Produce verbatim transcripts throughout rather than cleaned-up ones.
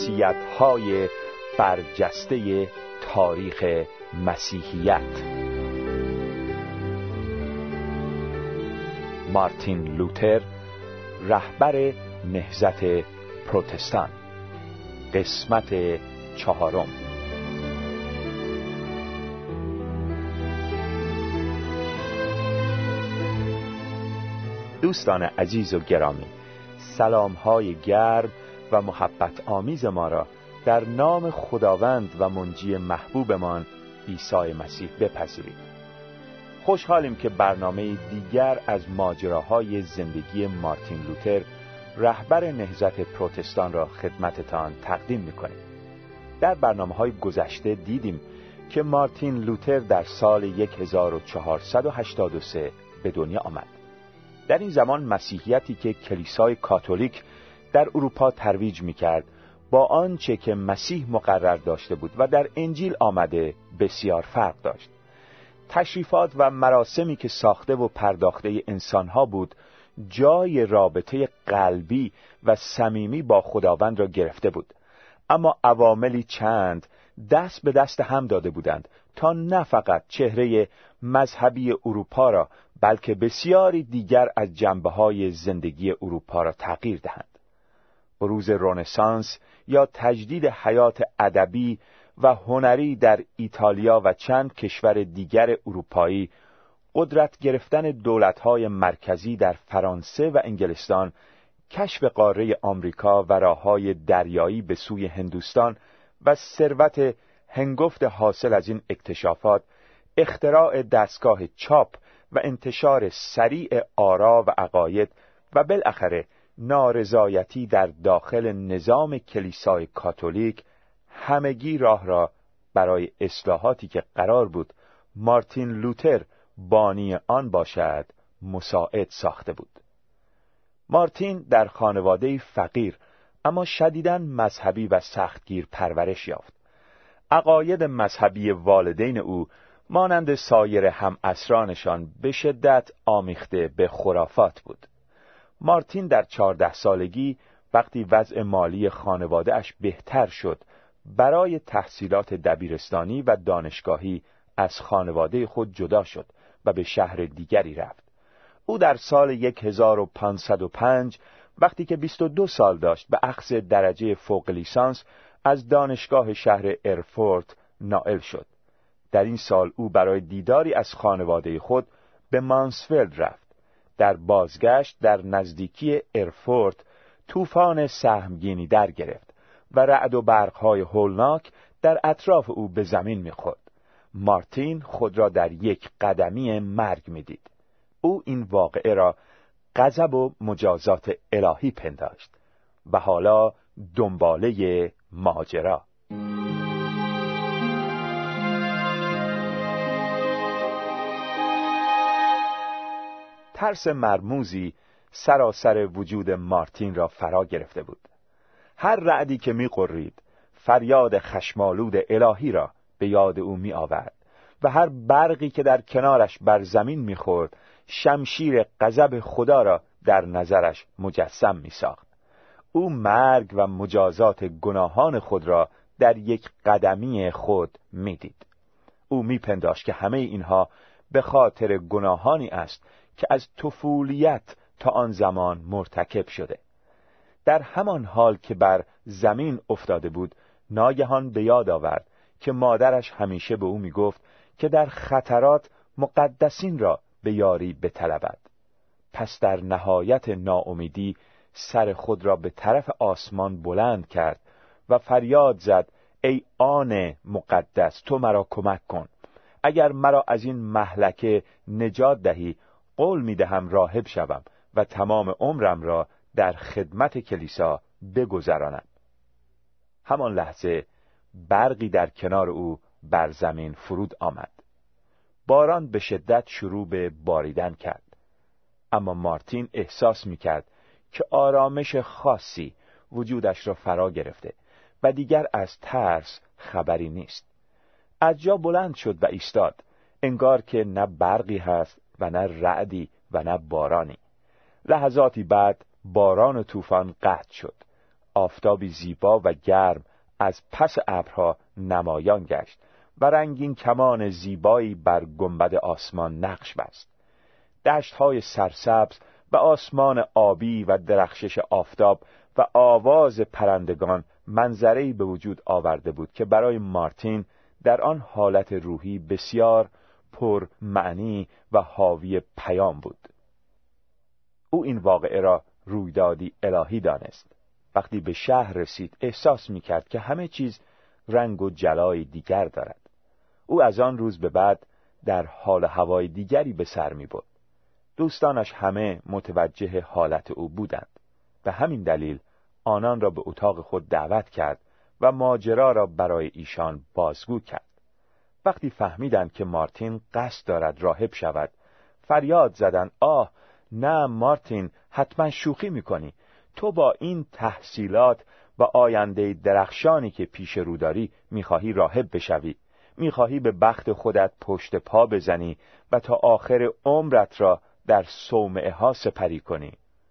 شخصیت‌های برجسته تاریخ مسیحیت. مارتین لوتر، رهبر نهضت پروتستان. قسمت چهارم. دوستان عزیز و گرامی، سلام‌های گرم و محبت آمیز ما را در نام خداوند و منجی محبوبمان عیسی مسیح بپذیرید. خوشحالیم که برنامه دیگر از ماجراهای زندگی مارتین لوتر، رهبر نهضت پروتستان را خدمتتان تقدیم می‌کنیم. در برنامه‌های گذشته دیدیم که مارتین لوتر در سال هزار و چهارصد و هشتاد و سه به دنیا آمد. در این زمان مسیحیتی که کلیسای کاتولیک در اروپا ترویج می‌کرد با آنچه که مسیح مقرر داشته بود و در انجیل آمده بسیار فرق داشت. تشریفات و مراسمی که ساخته و پرداخته انسانها بود جای رابطه قلبی و صمیمی با خداوند را گرفته بود، اما عواملی چند دست به دست هم داده بودند تا نه فقط چهره مذهبی اروپا را بلکه بسیاری دیگر از جنبه‌های زندگی اروپا را تغییر دهند. بروز رنسانس یا تجدید حیات ادبی و هنری در ایتالیا و چند کشور دیگر اروپایی، قدرت گرفتن دولت‌های مرکزی در فرانسه و انگلستان، کشف قاره آمریکا و راه‌های دریایی به سوی هندوستان و ثروت هنگفت حاصل از این اکتشافات، اختراع دستگاه چاپ و انتشار سریع آرا و عقاید و بالاخره نارضایتی در داخل نظام کلیسای کاتولیک همگی راه را برای اصلاحاتی که قرار بود مارتین لوتر بانی آن باشد مساعد ساخته بود. مارتین در خانواده فقیر اما شدیداً مذهبی و سختگیر پرورش یافت. عقاید مذهبی والدین او مانند سایر همعصرانشان به شدت آمیخته به خرافات بود. مارتین در چهارده سالگی وقتی وضع مالی خانواده اش بهتر شد، برای تحصیلات دبیرستانی و دانشگاهی از خانواده خود جدا شد و به شهر دیگری رفت. او در سال هزار و پانصد و پنج وقتی که بیست و دو سال داشت به اخذ درجه فوق لیسانس از دانشگاه شهر ارفورت نائل شد. در این سال او برای دیداری از خانواده خود به مانسفلد رفت. در بازگشت در نزدیکی ارفورت طوفان سهمگینی در گرفت و رعد و برق‌های هولناک در اطراف او به زمین می‌خورد. مارتین خود را در یک قدمی مرگ می‌دید. او این واقعه را غضب و مجازات الهی پنداشت و حالا دنباله ماجرا. ترس مرموزی سراسر وجود مارتین را فرا گرفته بود. هر رعدی که می‌غرید فریاد خشمالود الهی را به یاد او می‌آورد و هر برقی که در کنارش بر زمین می‌خورد شمشیر غضب خدا را در نظرش مجسم می‌ساخت. او مرگ و مجازات گناهان خود را در یک قدمی خود می‌دید. او می‌پنداشت که همه اینها به خاطر گناهانی است که از طفولیت تا آن زمان مرتکب شده. در همان حال که بر زمین افتاده بود، ناگهان به یاد آورد که مادرش همیشه به او میگفت که در خطرات مقدسین را به یاری بطلبد. پس در نهایت ناامیدی سر خود را به طرف آسمان بلند کرد و فریاد زد: ای آن مقدس، تو مرا کمک کن. اگر مرا از این مهلکه نجات دهی، قول میدهم راهب شوم و تمام عمرم را در خدمت کلیسا بگذرانم. همان لحظه برقی در کنار او بر زمین فرود آمد. باران به شدت شروع به باریدن کرد، اما مارتین احساس میکرد که آرامش خاصی وجودش را فرا گرفته و دیگر از ترس خبری نیست. از جا بلند شد و ایستاد، انگار که نه برقی هست و نه رعدی و نه بارانی. لحظاتی بعد باران و طوفان قطع شد. آفتابی زیبا و گرم از پس ابرها نمایان گشت و رنگین کمان زیبایی بر گنبد آسمان نقش بست. دشت‌های سرسبز و آسمان آبی و درخشش آفتاب و آواز پرندگان منظره‌ای به وجود آورده بود که برای مارتین در آن حالت روحی بسیار پر معنی و حاوی پیام بود. او این واقعه را رویدادی الهی دانست. وقتی به شهر رسید احساس می‌کرد که همه چیز رنگ و جلای دیگر دارد. او از آن روز به بعد در حال هوای دیگری به سر می‌برد. دوستانش همه متوجه حالت او بودند. به همین دلیل آنان را به اتاق خود دعوت کرد و ماجرا را برای ایشان بازگو کرد. وقتی فهمیدند که مارتین قصد دارد راهب شود، فریاد زدند: آه نه مارتین، حتما شوخی می‌کنی. تو با این تحصیلات و آینده درخشانی که پیش رو داری می‌خواهی راهب بشوی، می‌خواهی به بخت خودت پشت پا بزنی و تا آخر عمرت را در صومعه ها سپری کنی.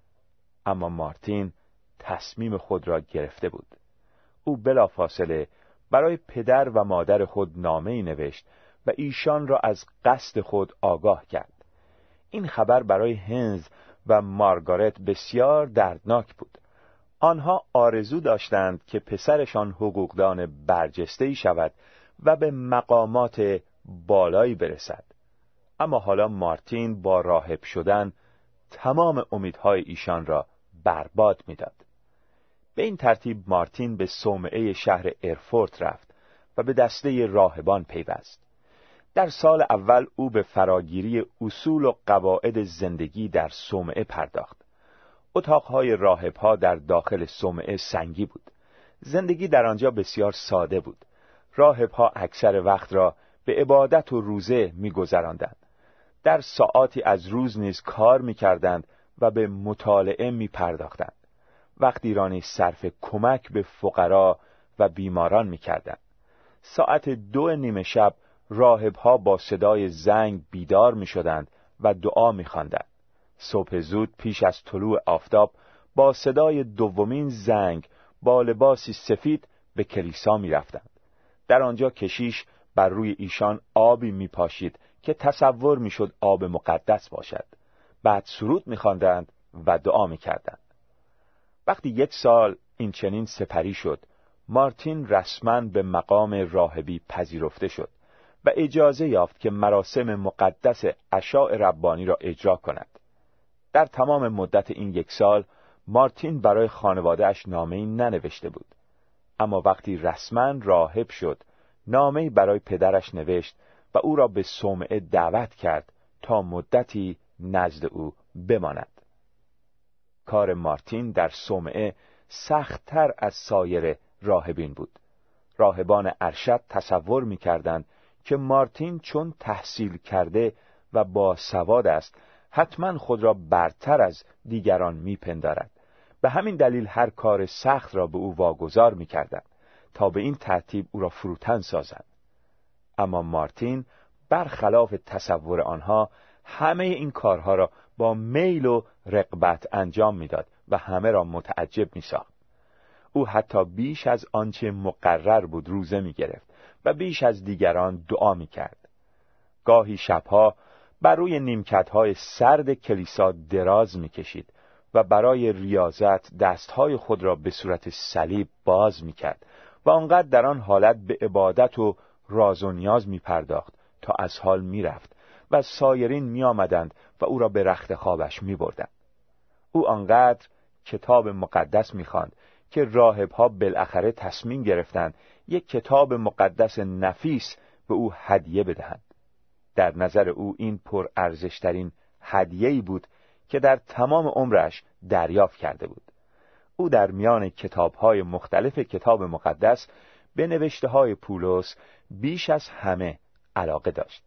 اما مارتین تصمیم خود را گرفته بود. او بلافاصله برای پدر و مادر خود نامه‌ای نوشت و ایشان را از قصد خود آگاه کرد. این خبر برای هنز و مارگارت بسیار دردناک بود. آنها آرزو داشتند که پسرشان حقوقدان برجسته‌ای شود و به مقامات بالایی برسد. اما حالا مارتین با راهب شدن تمام امیدهای ایشان را برباد می‌داد. به این ترتیب مارتین به صومعه شهر ارفورت رفت و به دسته راهبان پیوست. در سال اول او به فراگیری اصول و قواعد زندگی در صومعه پرداخت. اتاقهای راهب‌ها در داخل صومعه سنگی بود. زندگی در آنجا بسیار ساده بود. راهب‌ها اکثر وقت را به عبادت و روزه می‌گذراندند. در ساعاتی از روز نیز کار می‌کردند و به مطالعه می‌پرداختند. وقتی را نیز صرف کمک به فقرا و بیماران می‌کردند. ساعت دو نیمه شب راهب‌ها با صدای زنگ بیدار می‌شدند و دعا می‌خواندند. صبح زود پیش از طلوع آفتاب با صدای دومین زنگ با لباسی سفید به کلیسا می‌رفتند. در آنجا کشیش بر روی ایشان آبی می‌پاشید که تصور می‌شد آب مقدس باشد. بعد سرود می‌خواندند و دعا می‌کردند. وقتی یک سال این چنین سپری شد، مارتین رسما به مقام راهبی پذیرفته شد و اجازه یافت که مراسم مقدس عشاء ربانی را اجرا کند. در تمام مدت این یک سال مارتین برای خانواده‌اش نامه‌ای ننوشته بود. اما وقتی رسما راهب شد، نامه‌ای برای پدرش نوشت و او را به صومعه دعوت کرد تا مدتی نزد او بماند. کار مارتین در صومعه سخت‌تر از سایر راهبین بود. راهبان ارشد تصور می‌کردند که مارتین چون تحصیل کرده و با سواد است، حتما خود را برتر از دیگران می‌پندارد. به همین دلیل هر کار سخت را به او واگذار می‌کردند تا به این ترتیب او را فروتن سازند. اما مارتین برخلاف تصور آنها همه این کارها را با میل و رغبت انجام میداد و همه را متعجب می‌ساخت. او حتی بیش از آنچه مقرر بود روزه می‌گرفت و بیش از دیگران دعا می‌کرد. گاهی شبها بر روی نیمکت‌های سرد کلیسا دراز می‌کشید و برای ریاضت دستهای خود را به صورت صلیب باز می‌کرد و آنقدر در آن حالت به عبادت و راز و نیاز می‌پرداخت تا از حال می‌رفت و سایرین می‌آمدند و او را به رخت خوابش می‌بردند. او آنقدر کتاب مقدس می‌خواند که راهب‌ها بالاخره تصمیم گرفتند یک کتاب مقدس نفیس به او هدیه بدهند. در نظر او این پر ارزش‌ترین هدیه‌ای بود که در تمام عمرش دریافت کرده بود. او در میان کتاب‌های مختلف کتاب مقدس به نوشته‌های پولس بیش از همه علاقه داشت.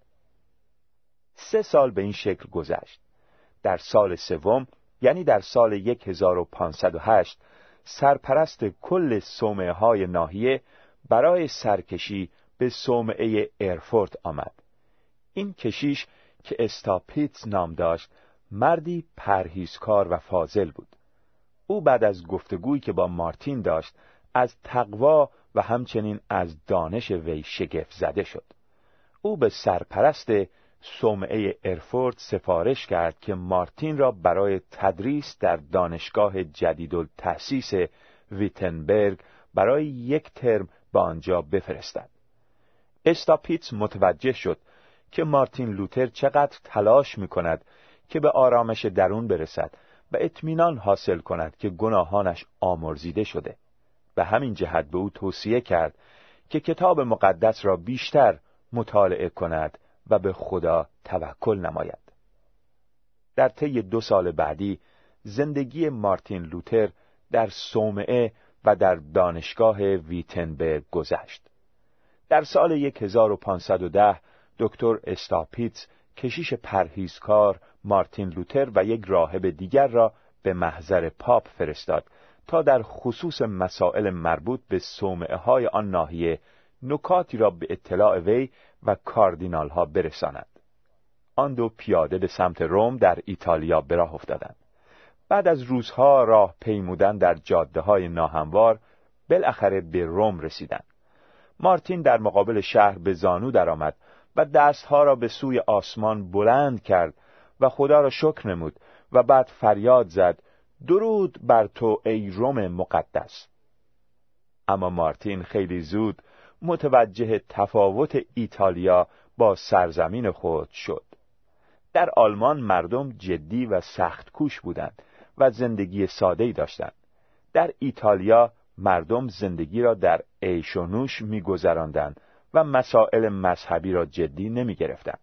سه سال به این شکل گذشت. در سال سوم، یعنی در سال هزار و پانصد و هشت، سرپرست کل صومعه‌های ناحیه برای سرکشی به صومعه ارفورت آمد. این کشیش که استاپیتز نام داشت، مردی پرهیزکار و فاضل بود. او بعد از گفتگویی که با مارتین داشت از تقوا و همچنین از دانش وی شگفت زده شد. او به سرپرست صومعه ارفورت سفارش کرد که مارتین را برای تدریس در دانشگاه جدیدالتأسیس ویتنبرگ برای یک ترم به آنجا بفرستد. استاپیتس متوجه شد که مارتین لوتر چقدر تلاش می‌کند که به آرامش درون برسد و اطمینان حاصل کند که گناهانش آمرزیده شده. به همین جهت به او توصیه کرد که کتاب مقدس را بیشتر مطالعه کند و به خدا توکل نماید. در طی دو سال بعدی زندگی مارتین لوتر در صومعه و در دانشگاه ویتنبرگ گذشت. در سال هزار و پانصد و ده دکتر استاپیتس کشیش پرهیزکار مارتین لوتر و یک راهب دیگر را به محضر پاپ فرستاد تا در خصوص مسائل مربوط به صومعه های آن ناحیه نکاتی را به اطلاع وی و کاردینال ها برساند. آن دو پیاده به سمت روم در ایتالیا به راه افتادند. بعد از روزها راه پیمودن در جاده های ناهموار بالاخره به روم رسیدند. مارتین در مقابل شهر به زانو درآمد و دستها را به سوی آسمان بلند کرد و خدا را شکر نمود و بعد فریاد زد: درود بر تو ای روم مقدس. اما مارتین خیلی زود متوجه تفاوت ایتالیا با سرزمین خود شد. در آلمان مردم جدی و سخت کوش بودند و زندگی ساده‌ای داشتند. در ایتالیا مردم زندگی را در عیش و نوش می‌گذراندند و مسائل مذهبی را جدی نمی‌گرفتند.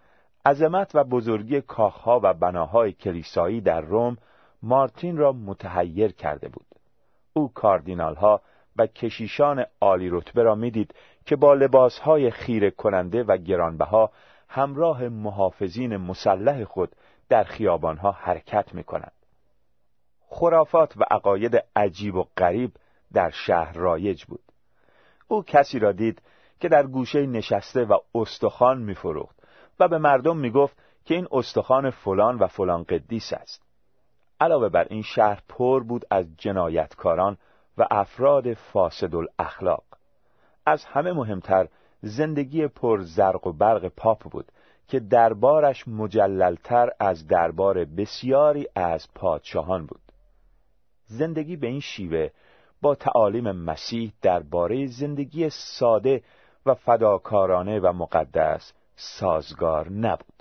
عظمت و بزرگی کاخها و بناهای کلیسایی در روم مارتین را متحیر کرده بود. او کاردینال‌ها و کشیشان عالی رتبه را می‌دید که با لباسهای خیره کننده و گرانبها همراه محافظین مسلح خود در خیابانها حرکت می‌کنند. خرافات و عقاید عجیب و غریب در شهر رایج بود. او کسی را دید که در گوشه نشسته و استخوان می‌فروخت و به مردم می‌گفت که این استخوان فلان و فلان قدیس است. علاوه بر این شهر پر بود از جنایتکاران و افراد فاسد الاخلاق. از همه مهمتر زندگی پر زرق و برق پاپ بود که دربارش مجللتر از دربار بسیاری از پادشاهان بود. زندگی به این شیوه با تعالیم مسیح درباره زندگی ساده و فداکارانه و مقدس سازگار نبود.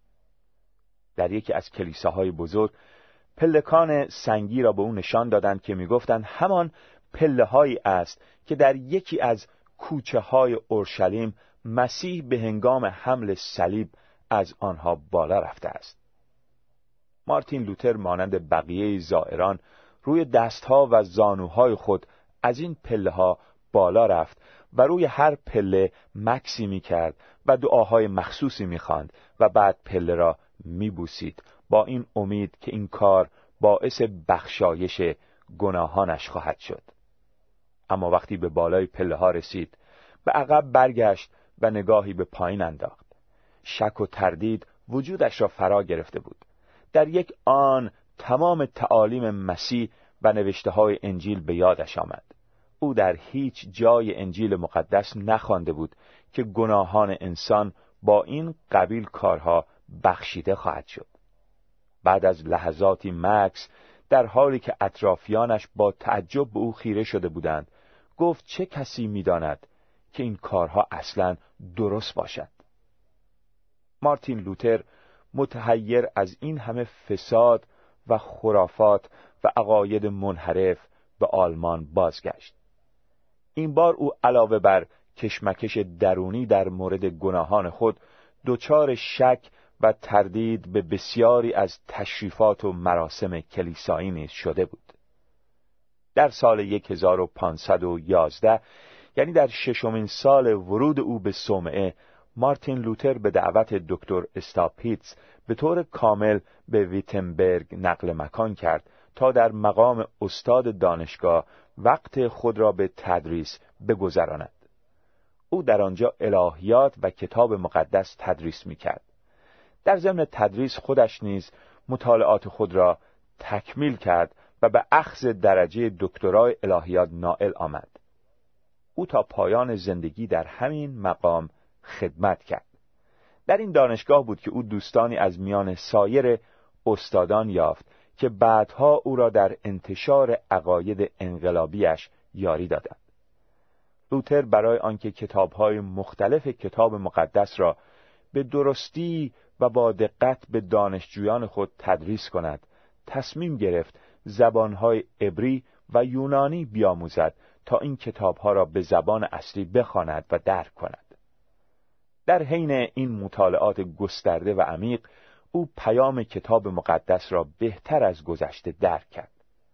در یکی از کلیساهای بزرگ پلکان سنگی را به او نشان دادند که می‌گفتند همان پله‌هایی است که در یکی از کوچه های اورشلیم مسیح به هنگام حمل صلیب از آنها بالا رفته است. مارتین لوتر مانند بقیه زائران روی دستها و زانوهای خود از این پله‌ها بالا رفت و روی هر پله مکسی می‌کرد و دعاهای مخصوصی می‌خواند و بعد پله را می‌بوسید با این امید که این کار باعث بخشایش گناهانش خواهد شد. اما وقتی به بالای پله‌ها رسید، به عقب برگشت و نگاهی به پایین انداخت. شک و تردید وجودش را فرا گرفته بود. در یک آن تمام تعالیم مسیح و نوشته‌های انجیل به یادش آمد. او در هیچ جای انجیل مقدس نخوانده بود که گناهان انسان با این قبیل کارها بخشیده خواهد شد. بعد از لحظاتی مکث، در حالی که اطرافیانش با تعجب به او خیره شده بودند، گفت: چه کسی می‌داند که این کارها اصلاً درست باشد؟ مارتین لوتر متحیر از این همه فساد و خرافات و عقاید منحرف به آلمان بازگشت. این بار او علاوه بر کشمکش درونی در مورد گناهان خود، دچار شک و تردید به بسیاری از تشریفات و مراسم کلیسایی نیز شده بود. در سال هزار و پانصد و یازده، یعنی در ششمین سال ورود او به صومعه، مارتین لوتر به دعوت دکتر استاپیتس به طور کامل به ویتنبرگ نقل مکان کرد تا در مقام استاد دانشگاه وقت خود را به تدریس بگذراند. او در آنجا الهیات و کتاب مقدس تدریس می‌کرد. در ضمن تدریس خودش نیز مطالعات خود را تکمیل کرد و به اخذ درجه دکترای الهیات نائل آمد. او تا پایان زندگی در همین مقام خدمت کرد. در این دانشگاه بود که او دوستانی از میان سایر استادان یافت که بعدها او را در انتشار عقاید انقلابیش یاری دادند. لوتر برای آنکه کتاب‌های مختلف کتاب مقدس را به درستی و با دقت به دانشجویان خود تدریس کند، تصمیم گرفت زبان‌های عبری و یونانی بیاموزد تا این کتاب‌ها را به زبان اصلی بخواند و درک کند. در حین این مطالعات گسترده و عمیق، او پیام کتاب مقدس را بهتر از گذشته درک کرد.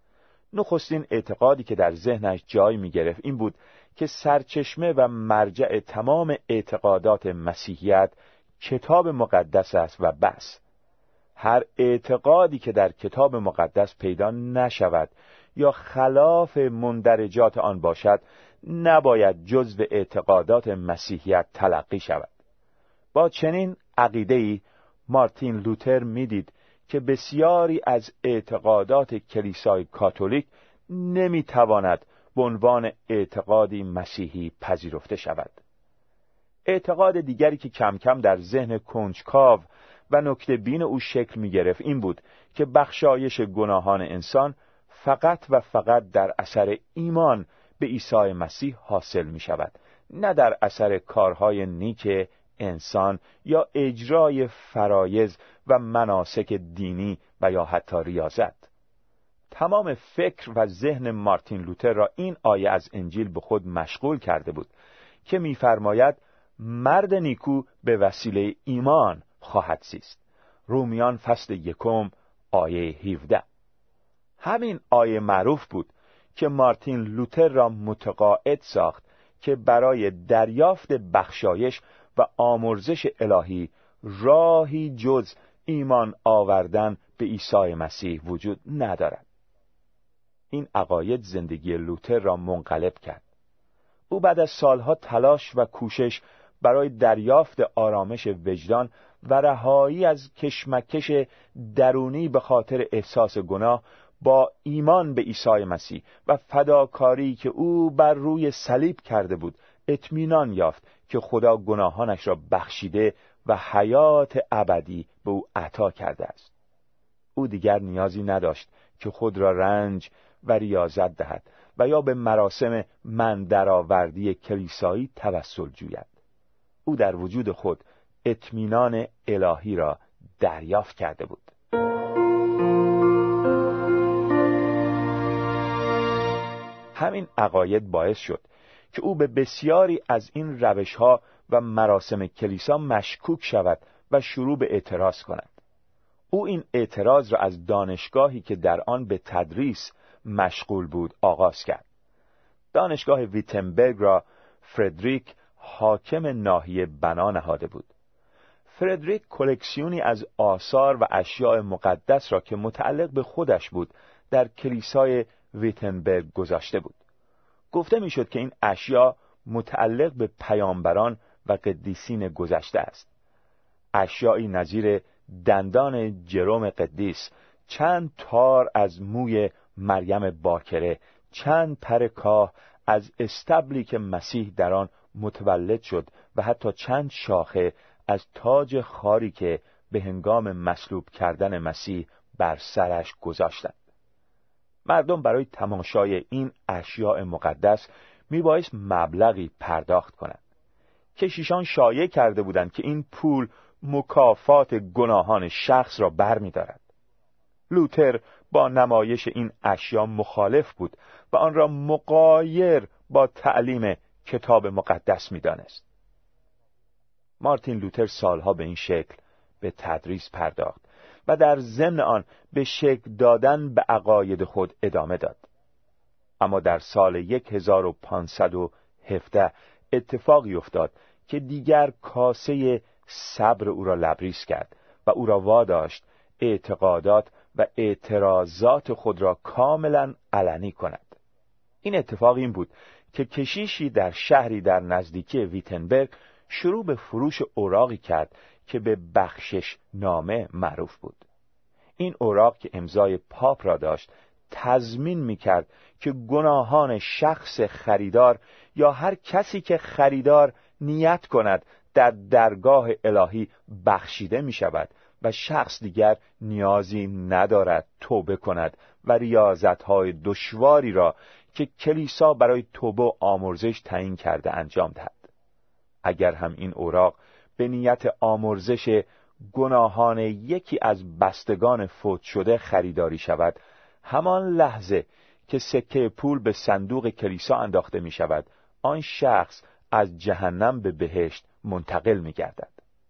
نخستین اعتقادی که در ذهنش جای می گرفت این بود که سرچشمه و مرجع تمام اعتقادات مسیحیت کتاب مقدس است و بس. هر اعتقادی که در کتاب مقدس پیدا نشود یا خلاف مندرجات آن باشد نباید جزو اعتقادات مسیحیت تلقی شود. با چنین عقیده‌ای مارتین لوتر میدید که بسیاری از اعتقادات کلیسای کاتولیک نمیتواند به عنوان اعتقادی مسیحی پذیرفته شود. اعتقاد دیگری که کم کم در ذهن کنجکاو و نکته بین او شکل می گرفت این بود که بخشایش گناهان انسان فقط و فقط در اثر ایمان به عیسی مسیح حاصل می شود، نه در اثر کارهای نیک انسان یا اجرای فرایض و مناسک دینی و یا حتی ریاضت. تمام فکر و ذهن مارتین لوتر را این آیه از انجیل به خود مشغول کرده بود که می‌فرماید مرد نیکو به وسیله ایمان خواهد زیست. رومیان فصل یکم آیه هفده. همین آیه معروف بود که مارتین لوتر را متقاعد ساخت که برای دریافت بخشایش و آمرزش الهی راهی جز ایمان آوردن به عیسی مسیح وجود ندارد. این عقاید زندگی لوتر را منقلب کرد. او بعد از سالها تلاش و کوشش برای دریافت آرامش وجدان و رهایی از کشمکش درونی به خاطر احساس گناه با ایمان به عیسی مسیح و فداکاری که او بر روی صلیب کرده بود اطمینان یافت که خدا گناهانش را بخشیده و حیات ابدی به او عطا کرده است. او دیگر نیازی نداشت که خود را رنج و ریاضت دهد و یا به مراسم من درآوردی کلیسایی توسل جوید. او در وجود خود اطمینان الهی را دریافت کرده بود. همین عقاید باعث شد که او به بسیاری از این روش‌ها و مراسم کلیسا مشکوک شود و شروع به اعتراض کند. او این اعتراض را از دانشگاهی که در آن به تدریس مشغول بود آغاز کرد. دانشگاه ویتنبرگ را فردریک حاکم ناحیه بنا نهاده بود. فردریک کلکسیونی از آثار و اشیاء مقدس را که متعلق به خودش بود در کلیسای ویتنبرگ گذاشته بود. گفته میشد که این اشیاء متعلق به پیامبران و قدیسین گذشته است. اشیایی نظیر دندان جروم قدیس، چند تار از موی مریم باکره، چند پر کاه از استبلی که مسیح در آن متولد شد و حتی چند شاخه از تاج خاری که به هنگام مصلوب کردن مسیح بر سرش گذاشتند. مردم برای تماشای این اشیاء مقدس میبایست مبلغی پرداخت کنند. کشیشان شایعه کرده بودند که این پول مکافات گناهان شخص را برمی‌دارد. لوتر با نمایش این اشیا مخالف بود و آن را مغایر با تعلیم کتاب مقدس می‌دانست. مارتین لوتر سالها به این شکل به تدریس پرداخت و در ضمن آن به شکل دادن به عقاید خود ادامه داد. اما در سال هزار و پانصد و هفده اتفاقی افتاد که دیگر کاسه صبر او را لبریز کرد و او را واداشت اعتقادات و اعتراضات خود را کاملا علنی کند. این اتفاق این بود که کشیشی در شهری در نزدیکی ویتنبرگ شروع به فروش اوراقی کرد که به بخشش نامه معروف بود. این اوراق که امضای پاپ را داشت تضمین میکرد که گناهان شخص خریدار یا هر کسی که خریدار نیت کند در درگاه الهی بخشیده می شود و شخص دیگر نیازی ندارد توبه کند و ریاضت‌های دشواری را که کلیسا برای توبه و آمرزش تعیین کرده انجام دهد. اگر هم این اوراق به نیت آمرزش گناهان یکی از بستگان فوت شده خریداری شود، همان لحظه که سکه پول به صندوق کلیسا انداخته می شود، آن شخص از جهنم به بهشت منتقل می گردد.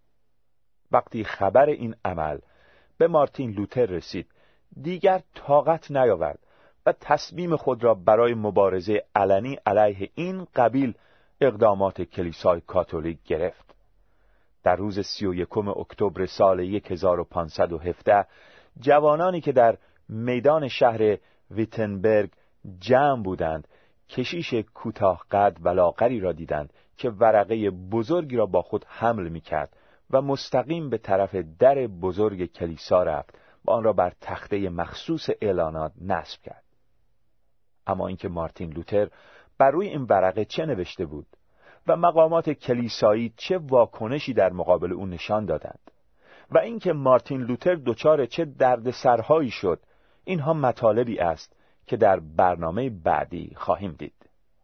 وقتی خبر این عمل به مارتین لوتر رسید، دیگر طاقت نیاورد و تصمیم خود را برای مبارزه علنی علیه این قبیل اقدامات کلیسای کاتولیک گرفت. در روز سی و یکم اکتبر سال هزار و پانصد و هفده جوانانی که در میدان شهر ویتنبرگ جمع بودند، کشیش کوتاه قد و لاغری را دیدند که ورقه بزرگی را با خود حمل می‌کرد و مستقیم به طرف در بزرگ کلیسا رفت و آن را بر تخته مخصوص اعلانات نصب کرد. اما اینکه مارتین لوتر بر روی این ورقه چه نوشته بود و مقامات کلیسایی چه واکنشی در مقابل او نشان دادند و اینکه مارتین لوتر دچار چه دردسرهایی شد، اینها مطالبی است که در برنامه بعدی خواهیم دید.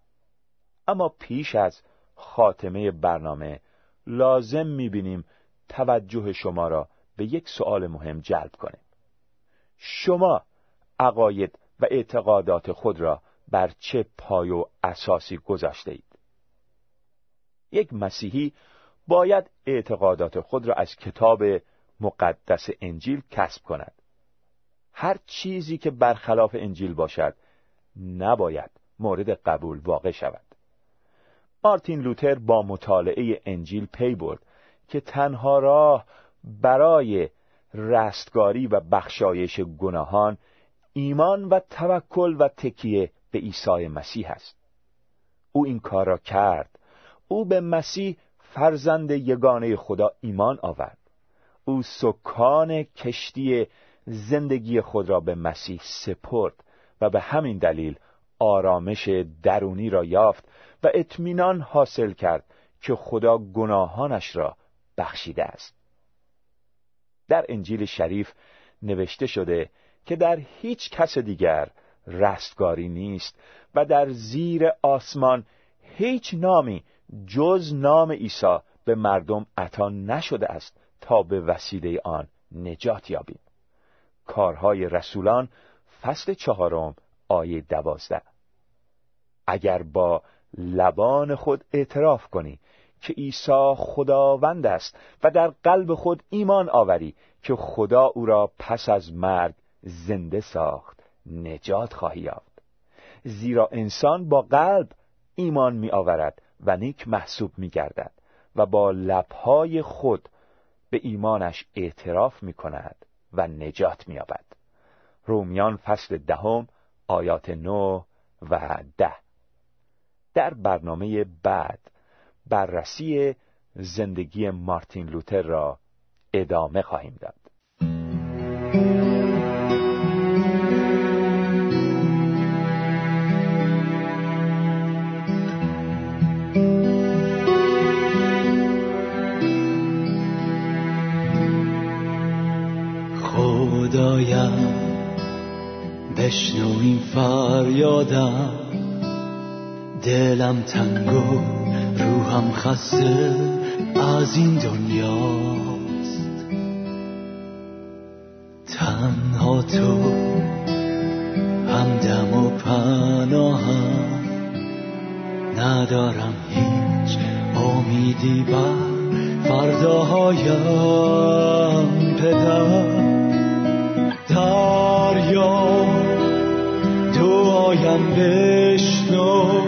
اما پیش از خاتمه برنامه لازم می‌بینیم توجه شما را به یک سؤال مهم جلب کنیم. شما عقاید و اعتقادات خود را بر چه پایه و اساسی گذاشته اید؟ یک مسیحی باید اعتقادات خود را از کتاب مقدس انجیل کسب کند. هر چیزی که برخلاف انجیل باشد نباید مورد قبول واقع شود. مارتین لوتر با مطالعه انجیل پی برد که تنها راه برای رستگاری و بخشایش گناهان ایمان و توکل و تکیه به عیسی مسیح است. او این کار را کرد. او به مسیح فرزند یگانه خدا ایمان آورد. او سکان کشتی زندگی خود را به مسیح سپرد و به همین دلیل آرامش درونی را یافت و اطمینان حاصل کرد که خدا گناهانش را بخشیده است. در انجیل شریف نوشته شده که در هیچ کس دیگر رستگاری نیست و در زیر آسمان هیچ نامی جز نام عیسی به مردم عطا نشده است تا به وسیله آن نجات یابیم. کارهای رسولان فصل چهارم آیه دوازده. اگر با لبان خود اعتراف کنی که عیسی خداوند است و در قلب خود ایمان آوری که خدا او را پس از مرگ زنده ساخت، نجات خواهی یافت. زیرا انسان با قلب ایمان می آورد و نیک محسوب می گردد و با لبهای خود به ایمانش اعتراف می کند و نجات می یابد. رومیان فصل دهم آیات نه و ده. در برنامه بعد بررسی زندگی مارتین لوتر را ادامه خواهیم داد. خدایم بشنو این فریادم، دلم تنگ و روحم خسته از این دنیاست. تنها تو همدم و پناهم، ندارم هیچ امیدی بر فرداهایم. پدر فریاد دعایم بشنو،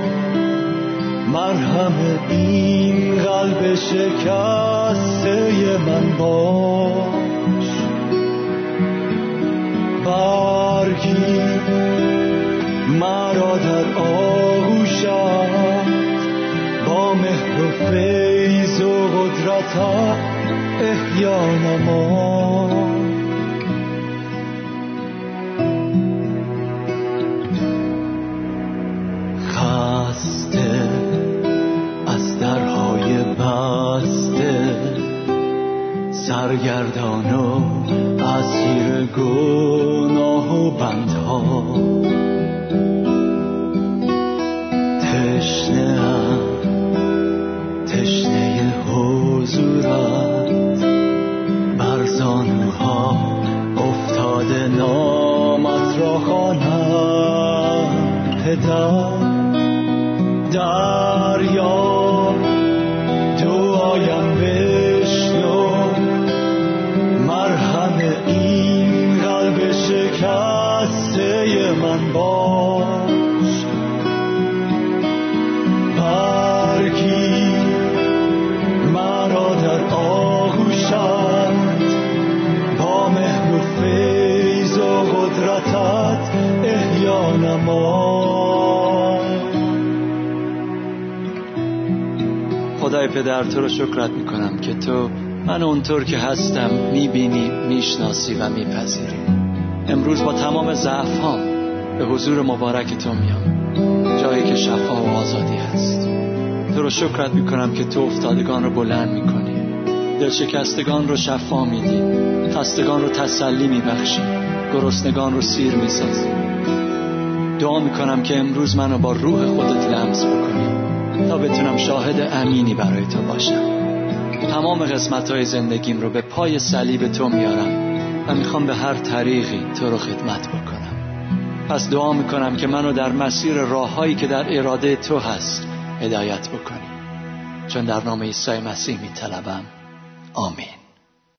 مرهم این قلب شکسته من باش. برگیر مرا در آغوشت، با مهر و فیض و قدرتت احیا نما. سرگردان و اسیر گناه و بندها. تشنه‌ام، تشنه حضورت، بر زانوها افتاده نامت را خوانم. پدر دریا دعایم بشنو، مرهم این قلب شکسته من باش. برگیر مرا در آغوشت، با مهر و فیض و قدرتت احیا نما. خدای پدر، تو رو شکرت میکنم که تو من اونطور که هستم میبینی، میشناسی و میپذیری. امروز با تمام ضعف‌هام به حضور مبارک تو میام، جایی که شفا و آزادی هست. تو رو شکرت میکنم که تو افتادگان رو بلند میکنی، دلشکستگان رو شفا میدی، خستگان رو تسلی میبخشی، گرسنگان رو سیر میسازی. دعا میکنم که امروز منو با روح خودت لمس بکنی تا بتونم شاهد امینی برای تو باشم. تمام قسمت‌های زندگیم رو به پای صلیب تو میارم و میخوام به هر طریقی تو رو خدمت بکنم. پس دعا میکنم که منو در مسیر راههایی که در اراده تو هست هدایت بکنی، چون در نام عیسی مسیح میطلبم. آمین.